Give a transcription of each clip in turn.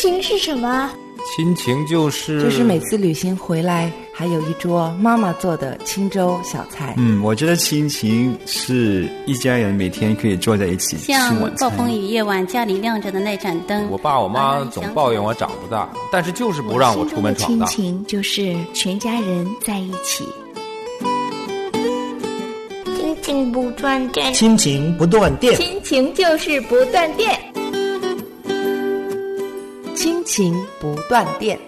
情是什么？ 亲情就是每次旅行回来还有一桌妈妈做的清粥小菜。 我觉得亲情是一家人每天可以坐在一起吃晚餐。 像暴风雨夜晚家里亮着的那盏灯， 我爸我妈总抱怨我长不大，但是就是不让我出门闯荡。 亲情就是全家人在一起。亲情不断电， 亲情不断电， 亲情就是不断电， 亲情不断电。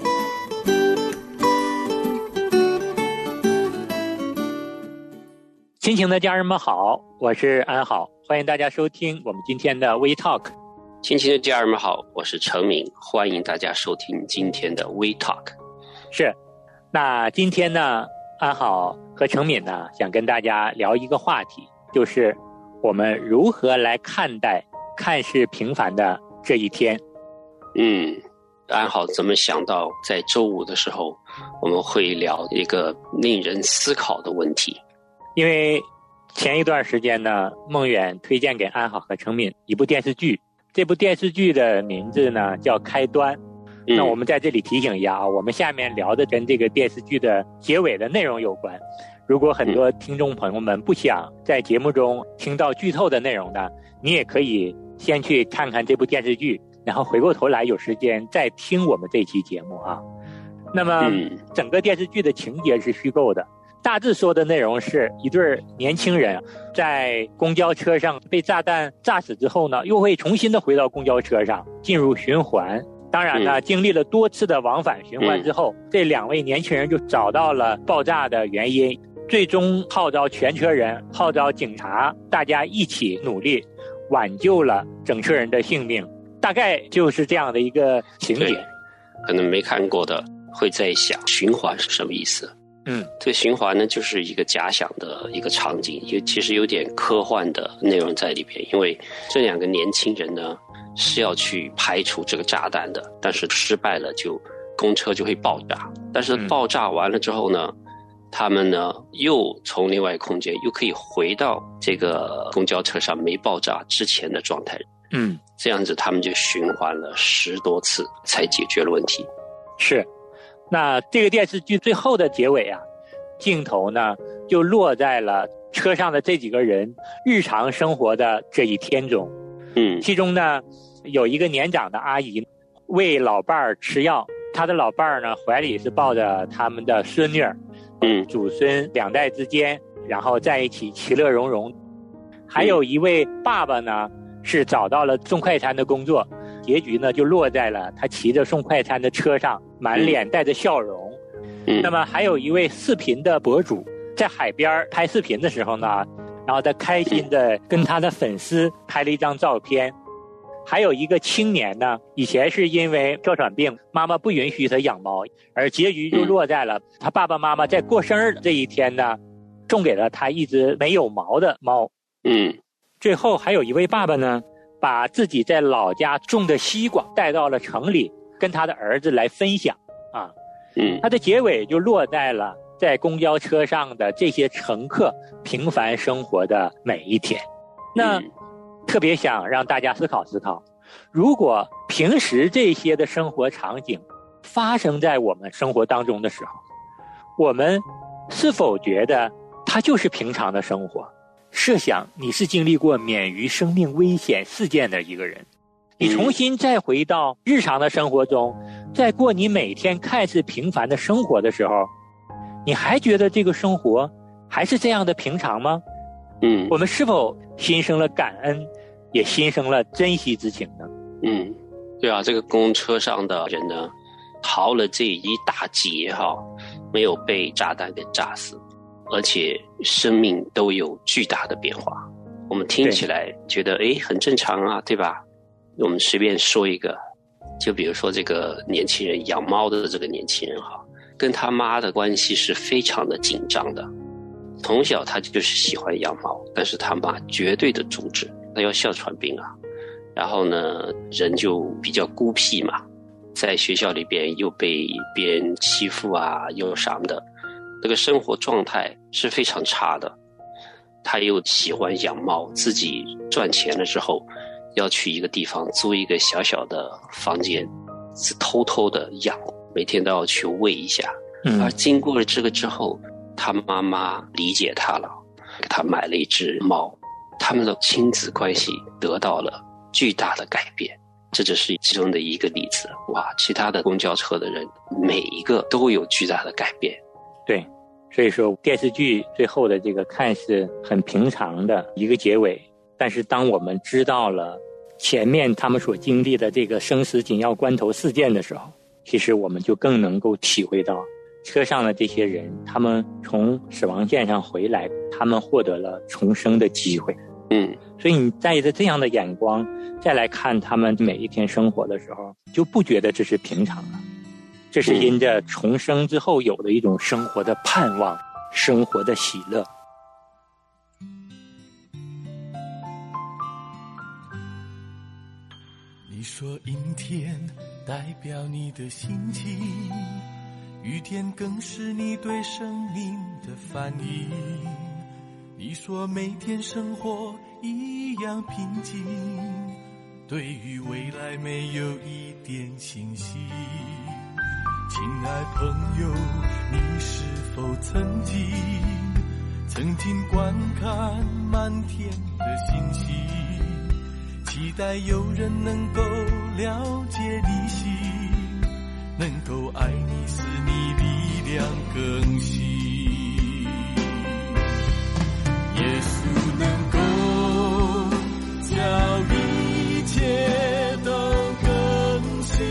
亲情的家人们好，我是安好，欢迎大家收听我们今天的 We Talk。 亲情的家人们好，我是程敏，欢迎大家收听今天的 We Talk。 是，那今天呢，安好和程敏呢想跟大家聊一个话题，就是我们如何来看待看似平凡的这一天。 安好怎么想到在周五的时候我们会聊一个令人思考的问题？ 因为前一段时间呢，孟远推荐给安好和程敏一部电视剧，这部电视剧的名字呢叫《开端》。那我们在这里提醒一下啊，我们下面聊的跟这个电视剧的结尾的内容有关。如果很多听众朋友们不想在节目中听到剧透的内容呢，你也可以先去看看这部电视剧，然后回过头来有时间再听我们这期节目啊。那么整个电视剧的情节是虚构的，大致说的内容是一对年轻人在公交车上被炸弹炸死之后呢，又会重新的回到公交车上进入循环。当然呢，经历了多次的往返循环之后，这两位年轻人就找到了爆炸的原因，最终号召全车人，号召警察，大家一起努力挽救了整车人的性命。大概就是这样的一个情节。 可能没看过的会在想循环是什么意思。这个循环呢，就是一个假想的一个场景，其实有点科幻的内容在里边。因为这两个年轻人呢是要去排除这个炸弹的，但是失败了公车就会爆炸。但是爆炸完了之后呢，他们呢又从另外一个空间又可以回到这个公交车上没爆炸之前的状态。这样子他们就循环了10多次才解决了问题。 是，那这个电视剧最后的结尾啊，镜头呢就落在了车上的这几个人日常生活的这一天中。其中呢有一个年长的阿姨喂老伴儿吃药，她的老伴儿呢怀里是抱着他们的孙女儿，祖孙2代之间，然后在一起其乐融融。还有一位爸爸呢是找到了送快餐的工作，结局呢就落在了他骑着送快餐的车上，满脸带着笑容。那么还有一位视频的博主在海边拍视频的时候呢，然后他开心的跟他的粉丝拍了一张照片。还有一个青年呢，以前是因为哮喘病，妈妈不允许他养猫，而结局就落在了他爸爸妈妈在过生日这一天呢，送给了他一只没有毛的猫。最后还有一位爸爸呢，把自己在老家种的西瓜带到了城里，跟他的儿子来分享啊。他的结尾就落在了在公交车上的这些乘客平凡生活的每一天。那特别想让大家思考思考，如果平时这些的生活场景发生在我们生活当中的时候，我们是否觉得它就是平常的生活？设想你是经历过免于生命危险事件的一个人，你重新再回到日常的生活中，在过你每天看似平凡的生活的时候，你还觉得这个生活还是这样的平常吗？我们是否心生了感恩，也心生了珍惜之情呢？ 对啊，这个公车上的人呢逃了这一大劫没有被炸弹给炸死，而且生命都有巨大的变化。我们听起来觉得很正常啊，对吧？我们随便说一个，就比如说这个年轻人养猫的这个年轻人跟他妈的关系是非常的紧张的。从小他就是喜欢养猫，但是他妈绝对的阻止，他要哮喘病啊。然后呢，人就比较孤僻嘛，在学校里边又被别人欺负啊，又什么的，这个生活状态是非常差的。他又喜欢养猫，自己赚钱了之后要去一个地方租一个小小的房间， 是偷偷的养，每天都要去喂一下。而经过了这个之后，他妈妈理解他了，给他买了一只猫，他们的亲子关系得到了巨大的改变。这只是其中的一个例子。哇，其他的公交车的人每一个都有巨大的改变。 对，所以说电视剧最后的这个看似很平常的一个结尾，但是当我们知道了前面他们所经历的这个生死紧要关头事件的时候，其实我们就更能够体会到车上的这些人，他们从死亡线上回来，他们获得了重生的机会。所以你带着这样的眼光再来看他们每一天生活的时候，就不觉得这是平常了，这是因着重生之后有的一种生活的盼望，生活的喜乐。 你说阴天代表你的心情，雨天更是你对生命的反应。你说每天生活一样平静，对于未来没有一点信心。亲爱朋友，你是否曾经观看满天的星星，期待有人能够了解你心，能够爱你使你力量更新。耶稣能够叫一切都更新，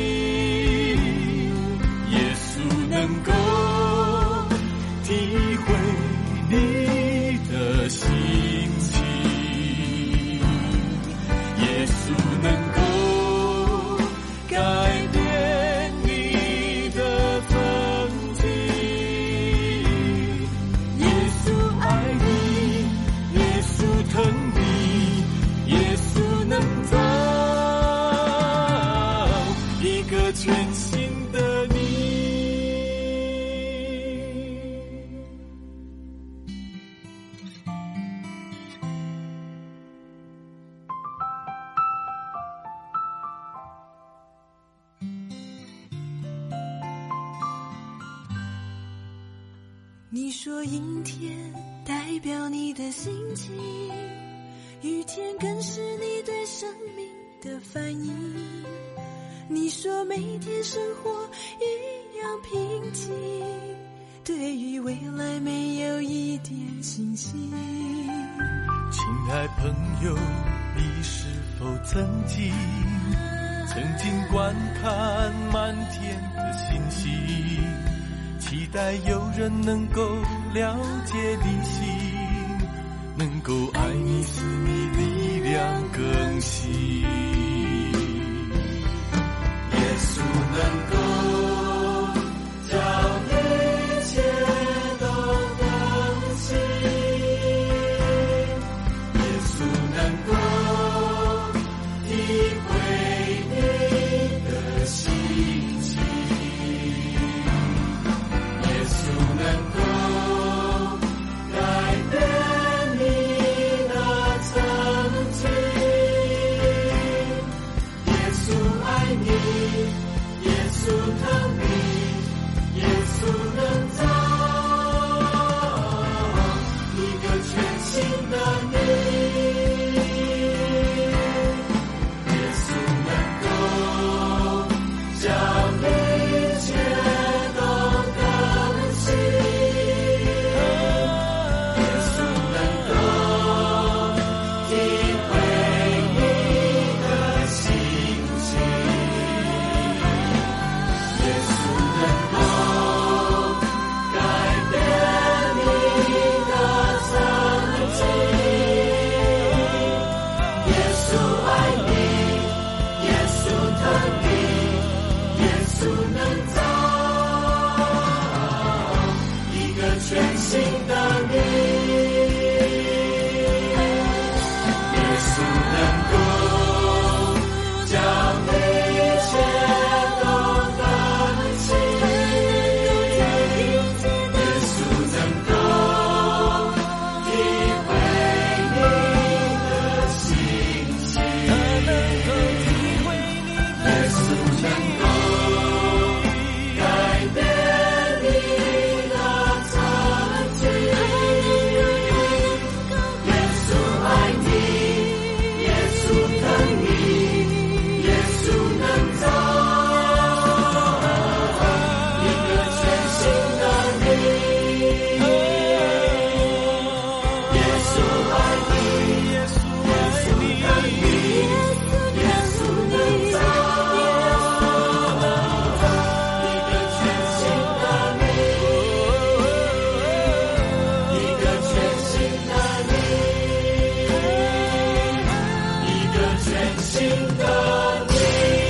耶稣能够体会你的心情，耶稣能够改变你的风景，耶稣爱你，耶稣疼你，耶稣能造一个全新的你。 你说阴天代表你的心情，雨天更是你对生命的反应。你说每天生活一样平静，对于未来没有一点信心。 亲爱朋友，你是否曾经观看满天的星星，期待有人能够了解你心，能够爱你使你力量更新。耶稣能够叫一切都更新，耶稣能够体会你的心情，耶稣能够改变你的曾经，耶稣爱你，耶稣疼你，耶稣能造一个全新的你，耶稣能够叫一切都更新，耶稣能够体会你的心情，耶稣心的你。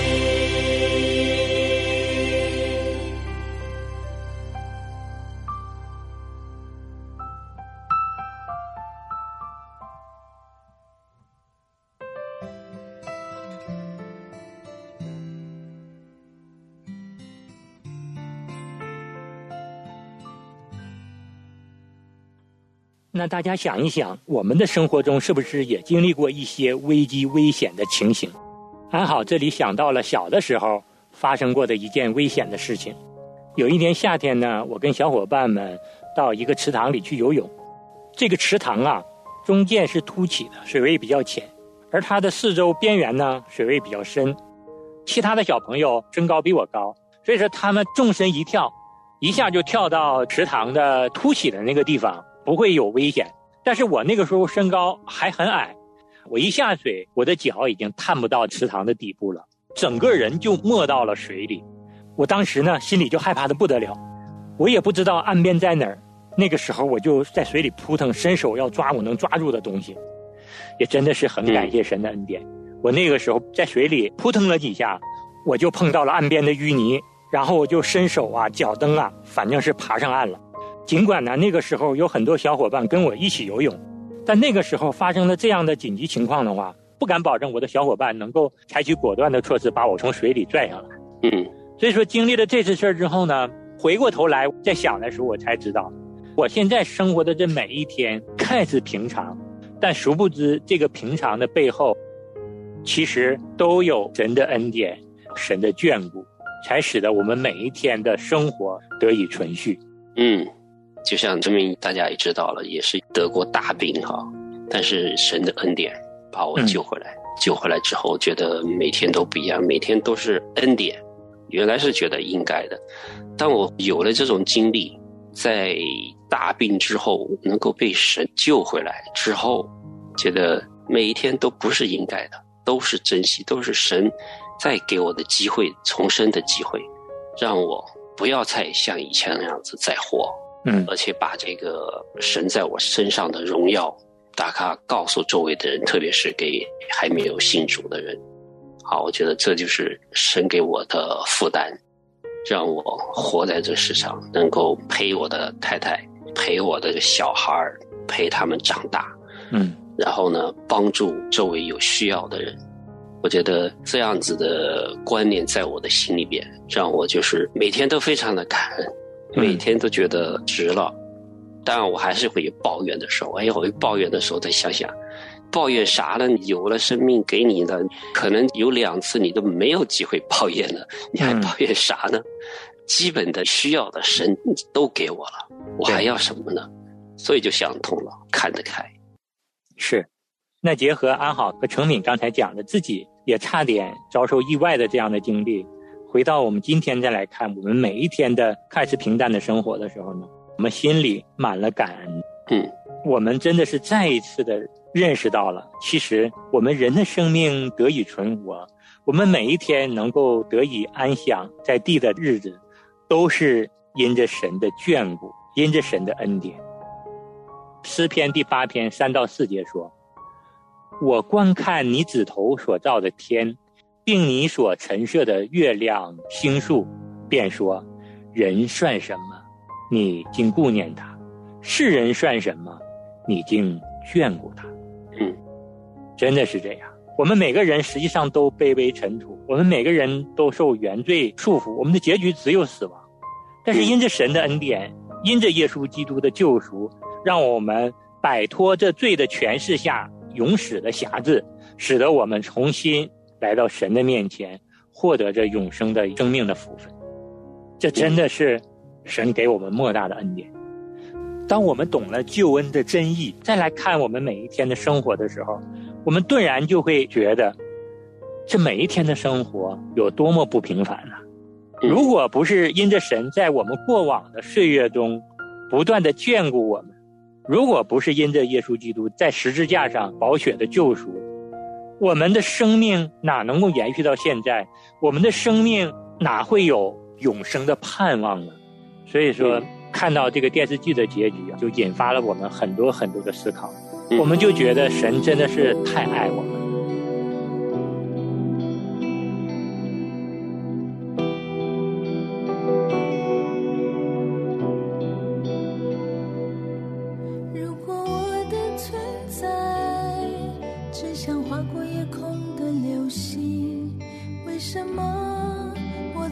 那大家想一想，我们的生活中是不是也经历过一些危机危险的情形？安好这里想到了小的时候发生过的一件危险的事情。有一年夏天呢，我跟小伙伴们到一个池塘里去游泳。这个池塘啊，中间是凸起的，水位比较浅，而它的四周边缘呢，水位比较深。其他的小朋友身高比我高，所以说他们纵身一跳，一下就跳到池塘的凸起的那个地方，不会有危险。但是我那个时候身高还很矮，我一下水，我的脚已经探不到池塘的底部了，整个人就没到了水里。我当时呢，心里就害怕得不得了，我也不知道岸边在哪儿。那个时候我就在水里扑腾，伸手要抓我能抓住的东西，也真的是很感谢神的恩典。我那个时候在水里扑腾了几下，我就碰到了岸边的淤泥，然后我就伸手啊，脚蹬啊，反正是爬上岸了。尽管呢，那个时候有很多小伙伴跟我一起游泳，但那个时候发生了这样的紧急情况的话，不敢保证我的小伙伴能够采取果断的措施把我从水里拽上来。所以说经历了这次事之后呢，回过头来在想的时候，我才知道，我现在生活的这每一天看似平常，但殊不知这个平常的背后，其实都有神的恩典、神的眷顾，才使得我们每一天的生活得以存续。 就像这边大家也知道了，也是得过大病哈，但是神的恩典把我救回来。救回来之后，觉得每天都不一样，每天都是恩典。原来是觉得应该的，当我有了这种经历，在大病之后能够被神救回来之后，觉得每一天都不是应该的，都是珍惜，都是神再给我的机会，重生的机会，让我不要再像以前那样子再活。而且把这个神在我身上的荣耀大概告诉周围的人，特别是给还没有信主的人。好，我觉得这就是神给我的负担，让我活在这世上，能够陪我的太太，陪我的小孩，陪他们长大。然后呢，帮助周围有需要的人。我觉得这样子的观念在我的心里边，让我就是每天都非常的感恩，每天都觉得值了。当然我还是会有抱怨的时候，我抱怨的时候再想想，抱怨啥呢？有了生命给你的，可能有2次你都没有机会抱怨了，你还抱怨啥呢？基本的需要的神都给我了，我还要什么呢？所以就想通了，看得开。 是，那结合安好和程敏刚才讲的，自己也差点遭受意外的这样的经历，回到我们今天再来看我们每一天的看似平淡的生活的时候呢，我们心里满了感恩。我们真的是再一次的认识到了，其实我们人的生命得以存活，我们每一天能够得以安享在地的日子，都是因着神的眷顾，因着神的恩典。诗篇第8篇3到4节说，我观看你指头所造的天，并你所陈设的月亮星宿，便说，人算什么，你竟顾念他；世人算什么，你竟眷顾他。真的是这样。我们每个人实际上都卑微尘土，我们每个人都受原罪束缚，我们的结局只有死亡。但是因着神的恩典，因着耶稣基督的救赎，让我们摆脱这罪的权势下永死的辖制，使得我们重新来到神的面前，获得这永生的生命的福分。这真的是神给我们莫大的恩典。当我们懂了救恩的真意，再来看我们每一天的生活的时候，我们顿然就会觉得，这每一天的生活有多么不平凡啊！如果不是因着神在我们过往的岁月中不断的眷顾我们，如果不是因着耶稣基督在十字架上宝血的救赎，我们的生命哪能够延续到现在？我们的生命哪会有永生的盼望呢？所以说，看到这个电视剧的结局，就引发了我们很多的思考。我们就觉得神真的是太爱我们了。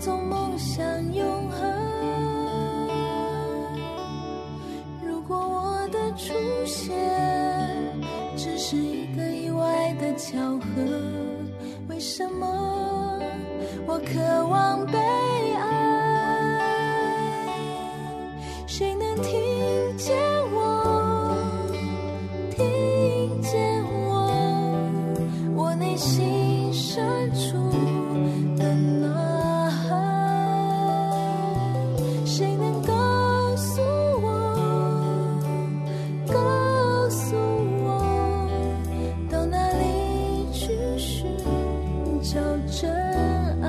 总梦想永恒。如果我的出现只是一个意外的巧合，为什么我渴望被爱？谁能听见我，听见我内心深处的呐喊？谁能告诉我，告诉我，到哪里去寻找真爱？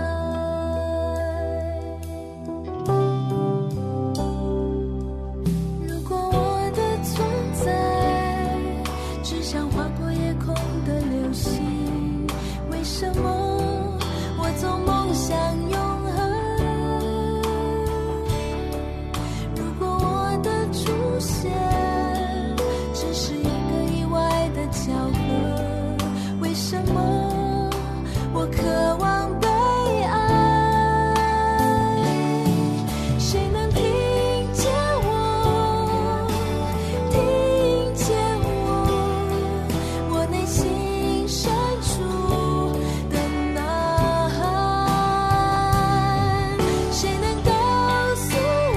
如果我的存在只像划过夜空的流星，为什么我总梦想永恒？如果我的出现只是一个意外的巧合，为什么我渴望被爱？谁能听见我，听见我内心深处的呐喊？谁能告诉我，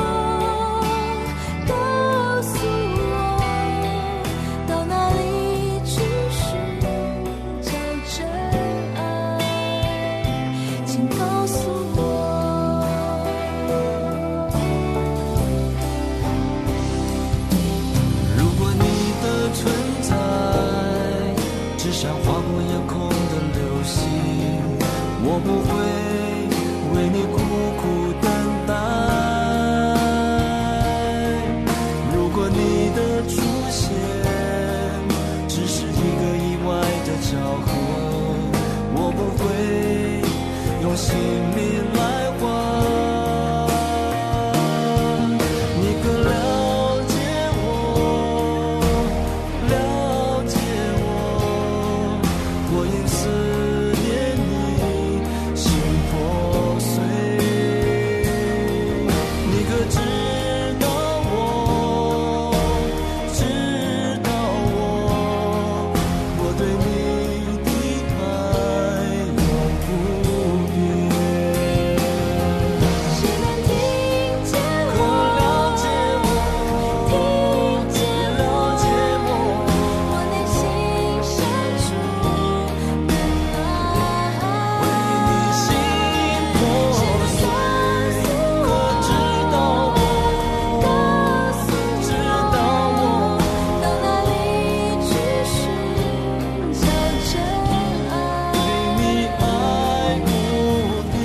告诉我，到哪里去寻找真爱？请告诉我。 如果你的存在只像划过夜空的流星，我不会为你苦苦等待。如果你的出现只是一个意外的巧合，我不会用性命来换。你更了解我，了解我，我因思念你心破碎。你可知道我，知道我对你的爱永不变。 谁能听见可我， 了解我， 听见了解我， 我内心深处的呐喊？ 为你心破碎。可知道我， 告诉知道我， 到哪里去寻找真爱？ 对你爱不变。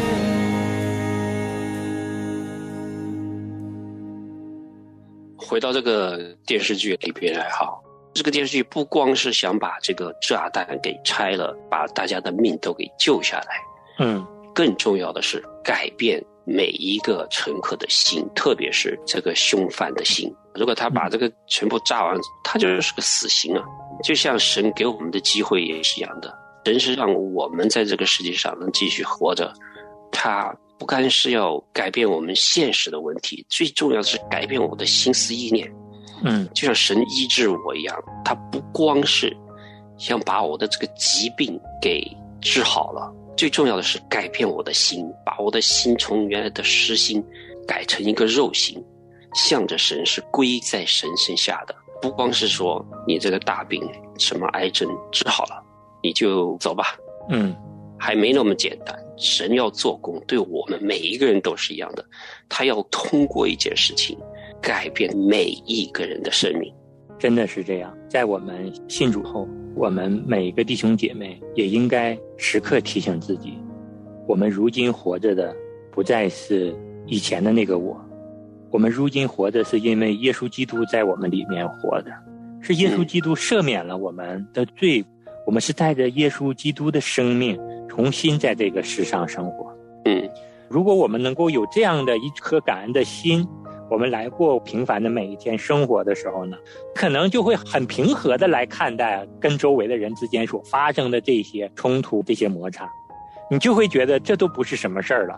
回到这个电视剧里边来哈，这个电视剧不光是想把这个炸弹给拆了，把大家的命都给救下来，更重要的是改变每一个乘客的心，特别是这个凶犯的心。如果他把这个全部炸完，他就是个死刑啊！就像神给我们的机会也是一样的，神是让我们在这个世界上能继续活着，他不单是要改变我们现实的问题，最重要的是改变我的心思意念。就像神医治我一样，他不光是想把我的这个疾病给治好了，最重要的是改变我的心，把我的心从原来的实心改成一个肉心，向着神，是归在神身下的。不光是说你这个大病什么癌症治好了你就走吧，还没那么简单。神要做工，对我们每一个人都是一样的，他要通过一件事情改变每一个人的生命。 真的是这样，在我们信主后，我们每一个弟兄姐妹也应该时刻提醒自己，我们如今活着的不再是以前的那个我们如今活着是因为耶稣基督在我们里面活的，是耶稣基督赦免了我们的罪，我们是带着耶稣基督的生命重新在这个世上生活。如果我们能够有这样的一颗感恩的心，我们来过平凡的每一天生活的时候呢，可能就会很平和的来看待跟周围的人之间所发生的这些冲突，这些摩擦，你就会觉得这都不是什么事儿了。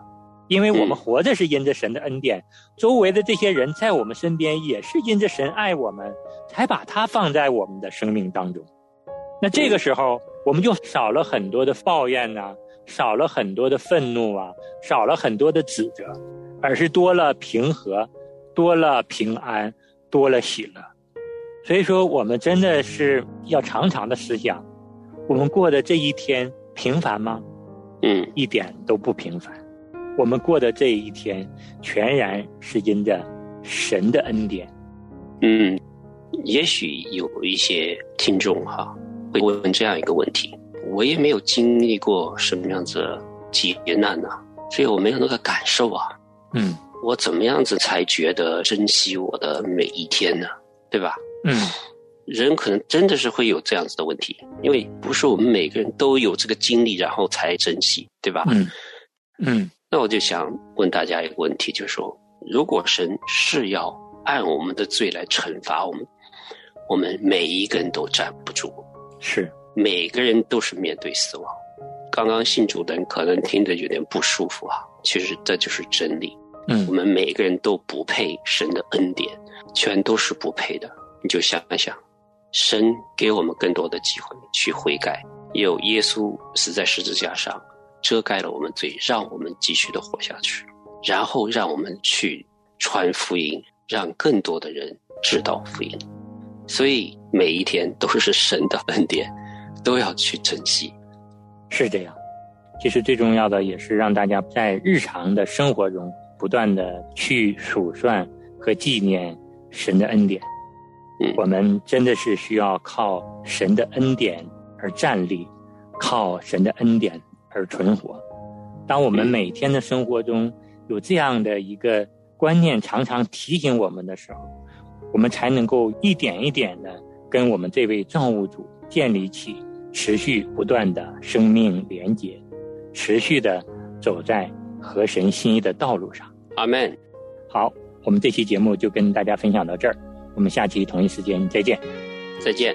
因为我们活着是因着神的恩典，周围的这些人在我们身边也是因着神爱我们，才把他放在我们的生命当中。那这个时候我们就少了很多的抱怨啊，少了很多的愤怒啊，少了很多的指责，而是多了平和，多了平安，多了喜乐。所以说我们真的是要常常的思想，我们过的这一天平凡吗？一点都不平凡。我们过的这一天全然是因着神的恩典。 也许有一些听众会问这样一个问题，我也没有经历过什么样子的劫难啊，所以我没有那个感受啊。我怎么样子才觉得珍惜我的每一天呢？对吧？人可能真的是会有这样子的问题，因为不是我们每个人都有这个经历然后才珍惜，对吧？那我就想问大家一个问题，就是说，如果神是要按我们的罪来惩罚我们，我们每一个人都站不住， 是每个人都是面对死亡。刚刚信主的人可能听得有点不舒服其实这就是真理。我们每个人都不配神的恩典，全都是不配的。你就想一想，神给我们更多的机会去悔改，有耶稣死在十字架上遮盖了我们罪，让我们继续的活下去，然后让我们去传福音，让更多的人知道福音。所以每一天都是神的恩典，都要去珍惜。 是这样，其实最重要的也是让大家在日常的生活中不断的去数算和纪念神的恩典。我们真的是需要靠神的恩典而站立，靠神的恩典而存活。当我们每天的生活中有这样的一个观念常常提醒我们的时候，我们才能够一点一点的跟我们这位造物主建立起持续不断的生命连结，持续的走在合神心意的道路上。 阿们。 好，我们这期节目就跟大家分享到这儿，我们下期同一时间再见。 再见。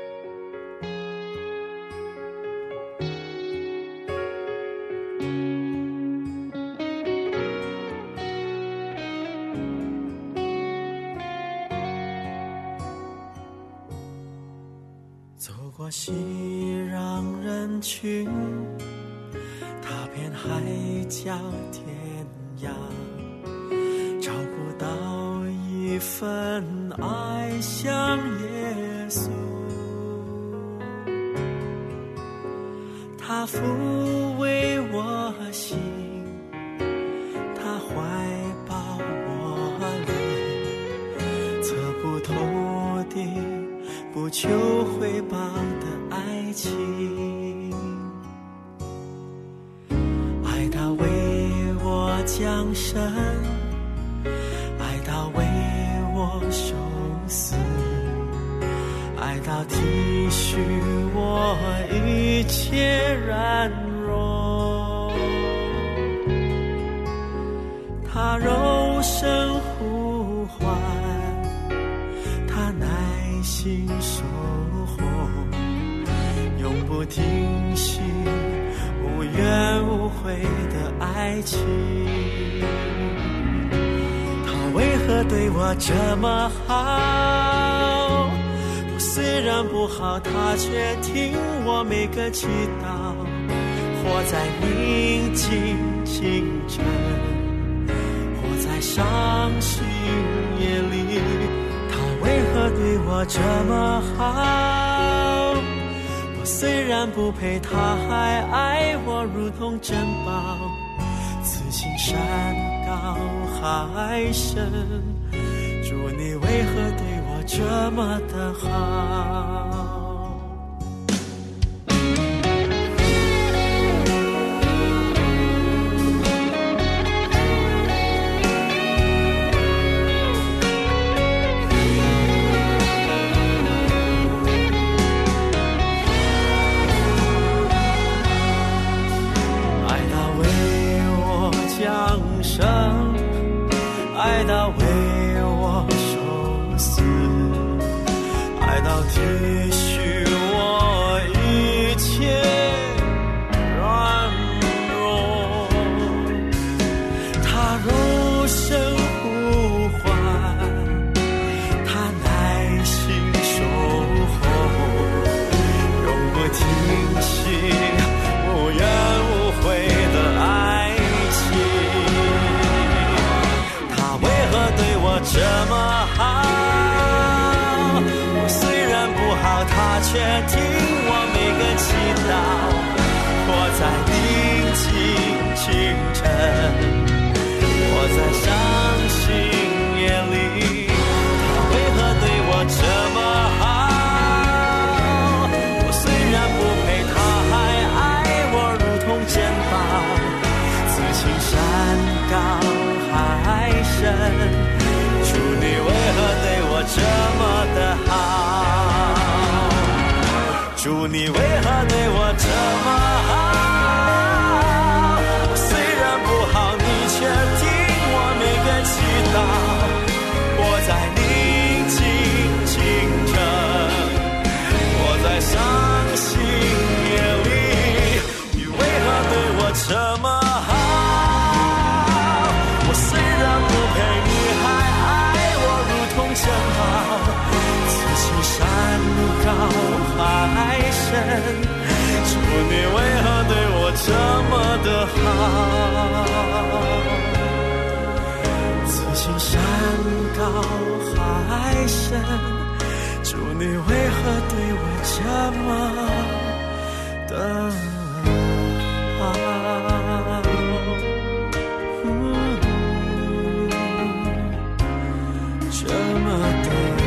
走过熙攘人群，踏遍海角天涯，找不到一份爱像耶稣。他抚慰我心，他怀抱我灵，测不透的不求回报的爱情，爱他为我降生，爱他为我受死，爱到体恤我一切软弱，他柔声呼唤，他耐心守候，永不停息，无怨无悔的爱情。他为何对我这么好？我虽然不好，他却听我每个祈祷，活在宁静清晨，活在伤心夜里。为何对我这么好？我虽然不配，他还爱我如同珍宝，此情山高海深，主你为何对我这么的好？爱到为我受死，爱到体恤我一切软弱， 听我每个祈祷，我在宁静清晨，我在伤心夜里，他为何对我这么好？我虽然不配，他还爱我如同珍宝，此情山高海深，主你为何对我这么的好？主你为何对我这么好？我虽然不好，你却听我每个祈祷，我在宁静清晨，我在伤心夜里，你为何对我这么好？我虽然不配，你还爱我如同珍宝，此情山高海深，主你为何对我这么的好？此情山高海深，主你为何对我这么的好？这么的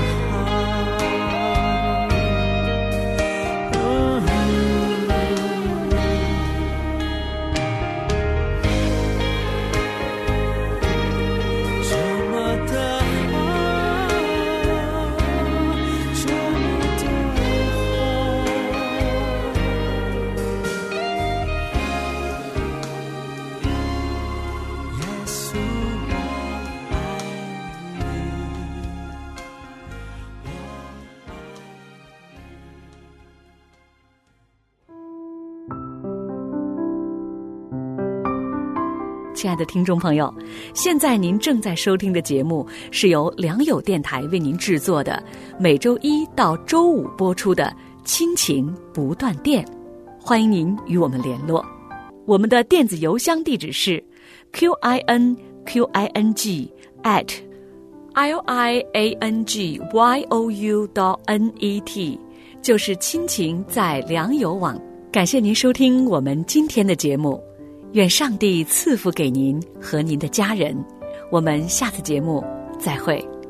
亲爱的听众朋友，现在您正在收听的节目是由良友电台为您制作的，每周一到周五播出的亲情不断电，欢迎您与我们联络。我们的电子邮箱地址是 QINQING@liangyou.net， 就是亲情在良友网。感谢您收听我们今天的节目，愿上帝赐福给您和您的家人，我们下次节目再会。